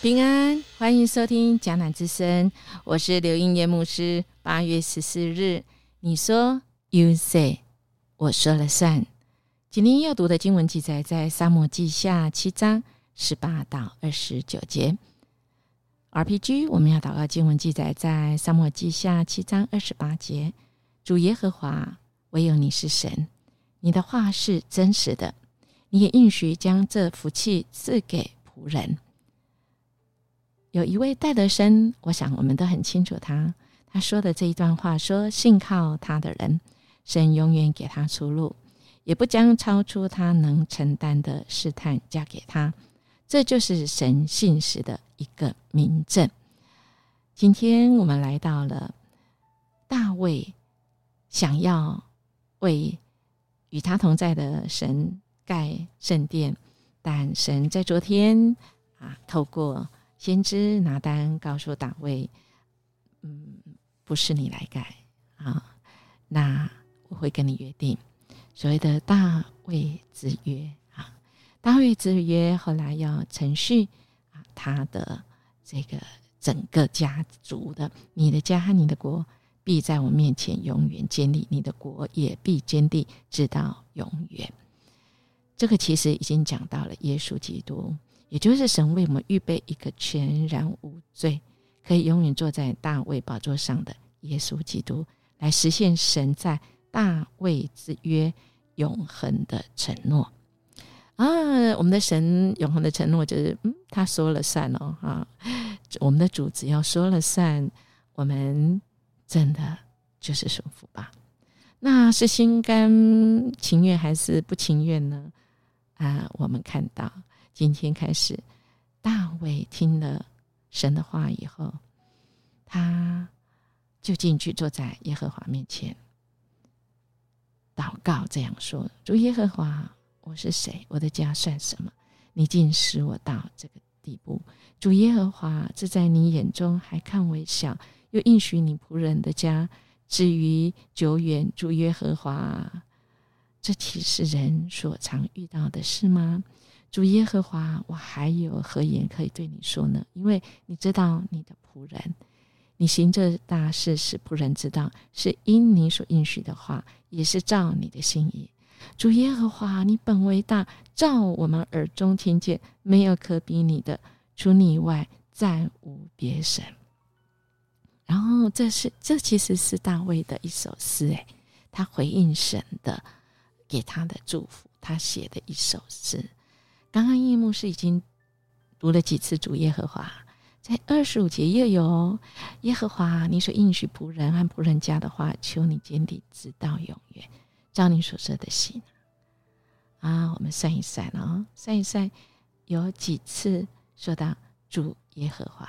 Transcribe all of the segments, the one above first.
平安，欢迎收听迦南之声，我是刘英叶牧师。8月14日，你说 You say， 我说了算。今天要读的经文记载在撒母耳记下7章18到29节。RPG 我们要祷告经文记载在撒母耳记下7章28节。主耶和华，唯有你是神，你的话是真实的，你也应许将这福气赐给仆人。有一位戴德生，我想我们都很清楚他说的这一段话说，信靠他的人，神永远给他出路，也不将超出他能承担的试探加给他，这就是神信实的一个明证。今天我们来到了大卫想要为与他同在的神盖圣殿，但神在昨天透过先知拿单告诉大卫，不是你来盖那我会跟你约定，所谓的大卫之约大卫之约后来要承续他的这个整个家族的，你的家和你的国必在我面前永远坚立，你的国也必坚立直到永远。这个其实已经讲到了耶稣基督，也就是神为我们预备一个全然无罪，可以永远坐在大卫宝座上的耶稣基督，来实现神在大卫之约永恒的承诺我们的神永恒的承诺就是他说了算我们的主只要说了算，我们真的就是顺服吧。那是心甘情愿还是不情愿呢？我们看到今天开始，大卫听了神的话以后，他就进去坐在耶和华面前祷告，这样说：主耶和华，我是谁？我的家算什么？你竟使我到这个地步。主耶和华，这在你眼中还看为小，又应许你仆人的家至于久远。主耶和华，这岂是人所常遇到的事吗？主耶和华，我还有何言可以对你说呢？因为你知道你的仆人，你行这大事使仆人知道，是因你所应许的话，也是照你的心意。主耶和华，你本为大，照我们耳中听见，没有可比你的，除你以外再无别神。然后这其实是大卫的一首诗他回应神的给他的祝福，他写的一首诗。刚刚叶牧师已经读了几次主耶和华，在25节又有耶和华，你所应许仆人和仆人家的话，求你坚定直到永远，照你所说的行我们算一算算一算有几次说到主耶和华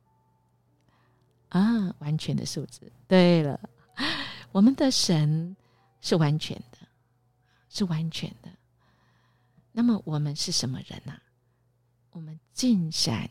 完全的数字。对了，我们的神是完全的，是完全的。那么我们是什么人我们竟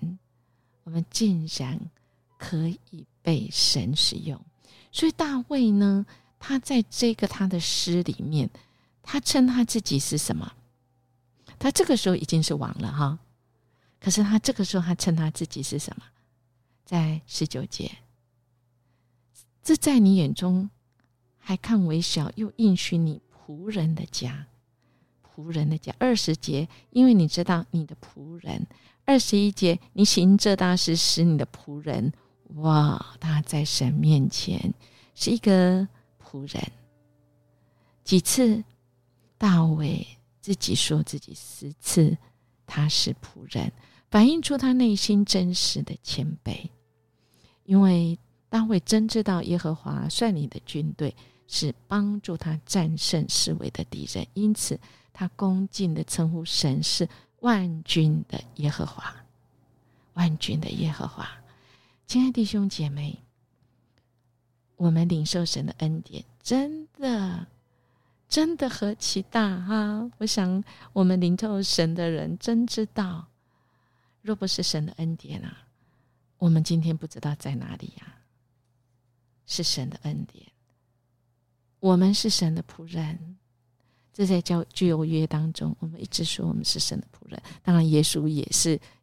然可以被神使用。所以大卫呢，他在这个他的诗里面，他称他自己是什么？他这个时候已经是王了可是他这个时候他称他自己是什么？在19节，这在你眼中还看为小，又应许你仆人的家。仆人的家。20节，因为你知道你的仆人。21节，你行这大事使你的仆人，他在神面前是一个仆人。几次大卫自己说自己10次他是仆人，反映出他内心真实的谦卑。因为大卫真知道耶和华率领的军队是帮助他战胜四围的敌人，因此他恭敬地称呼神是万军的耶和华，万军的耶和华。亲爱的弟兄姐妹，我们领受神的恩典真的何其大我想我们领受神的人真知道，若不是神的恩典我们今天不知道在哪里是神的恩典。我们是神的仆人，这在旧约当中我们一直说我们是神的仆人，当然耶稣也是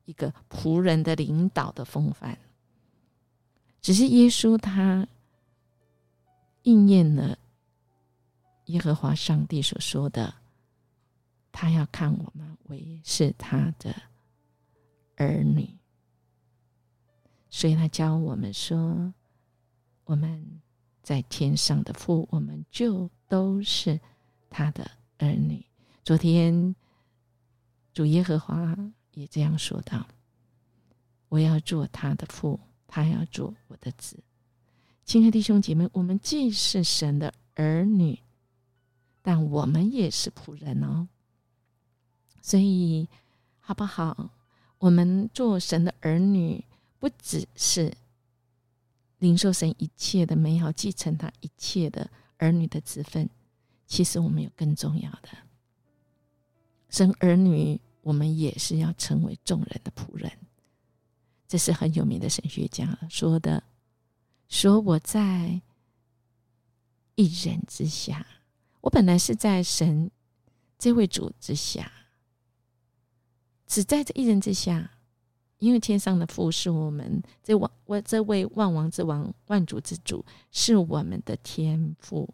一个仆人的领导的风范。只是耶稣他应验了耶和华上帝所说的，他要看我们为是他的儿女，所以他教我们说，我们在天上的父，我们就都是他的儿女。昨天主耶和华也这样说道，我要做他的父，他要做我的子。亲爱的弟兄姐妹，我们既是神的儿女，但我们也是仆人哦。所以好不好，我们做神的儿女，不只是领受神一切的美好，继承他一切的儿女的职分，其实我们有更重要的，神儿女我们也是要成为众人的仆人。这是很有名的神学家说的，说我在一人之下，我本来是在神这位主之下，只在这一人之下，因为天上的父是我们这位万王之王万主之主是我们的天父，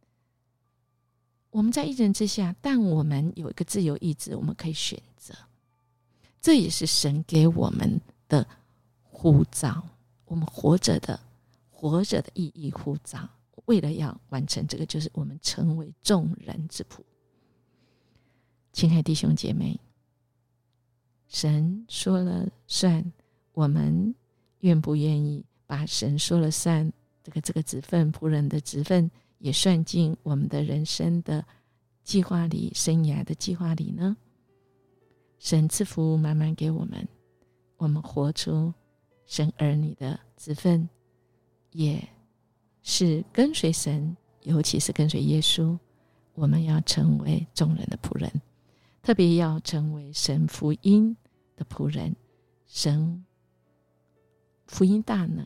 我们在一人之下，但我们有一个自由意志，我们可以选择，这也是神给我们的呼召，我们活着的意义呼召，为了要完成这个，就是我们成为众人之仆。亲爱弟兄姐妹，神说了算，我们愿不愿意把神说了算这个职分，仆人的职分也算进我们的人生的计划里，生涯的计划里呢？神赐福满满给我们，我们活出神儿女的职分，也是跟随神，尤其是跟随耶稣，我们要成为众人的仆人，特别要成为神福音的仆人，神福音大能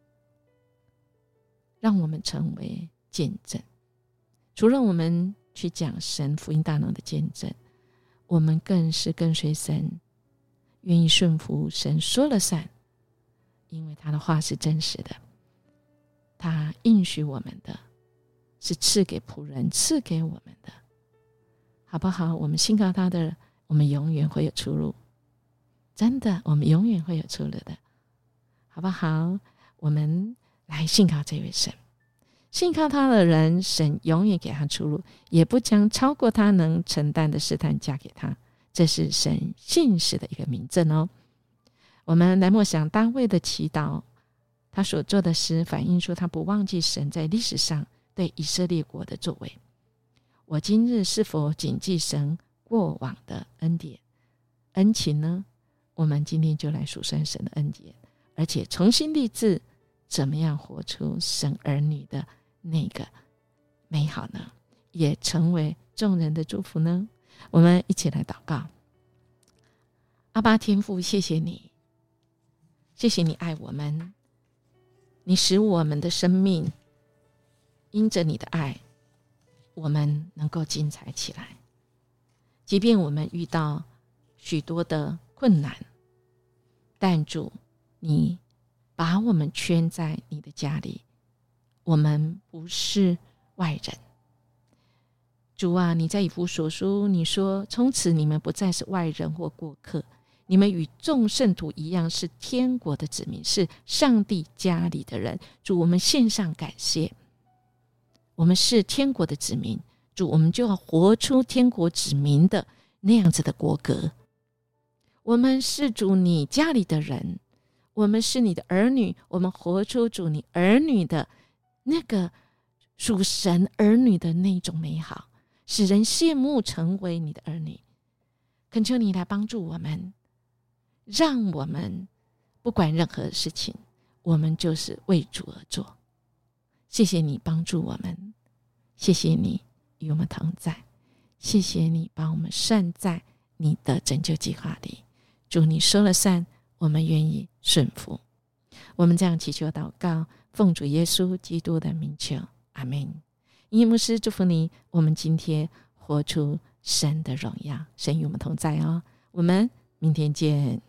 让我们成为见证。除了我们去讲神福音大能的见证，我们更是跟随神，愿意顺服神说了算，因为他的话是真实的，他应许我们的，是赐给仆人，赐给我们的，好不好？我们信靠他的，我们永远会有出路，真的，我们永远会有出路的，好不好？我们来信靠这位神，信靠他的人，神永远给他出路，也不将超过他能承担的试探加给他，这是神信实的一个明证哦。我们来默想大卫的祈祷，他所做的事反映出他不忘记神在历史上对以色列国的作为。我今日是否谨记神过往的恩典恩情呢？我们今天就来数算神的恩典，而且重新立志怎么样活出神儿女的那个美好呢？也成为众人的祝福呢？我们一起来祷告。阿爸天父，谢谢你，谢谢你爱我们，你使我们的生命因着你的爱，我们能够精彩起来。即便我们遇到许多的困难，但主，你把我们圈在你的家里，我们不是外人。主啊，你在以弗所书你说，从此你们不再是外人或过客，你们与众圣徒一样，是天国的子民，是上帝家里的人。主，我们献上感谢，我们是天国的子民，主，我们就要活出天国子民的那样子的国格。我们是主你家里的人，我们是你的儿女，我们活出主你儿女的那个属神儿女的那种美好，使人羡慕成为你的儿女。恳求你来帮助我们，让我们不管任何事情，我们就是为主而做。谢谢你帮助我们，谢谢你与我们同在，谢谢你把我们算在你的拯救计划里。主，你说了算，我们愿意顺服。我们这样祈求祷告，奉主耶稣基督的名求，阿们。音乐牧师祝福你，我们今天活出神的荣耀，神与我们同在哦。我们明天见。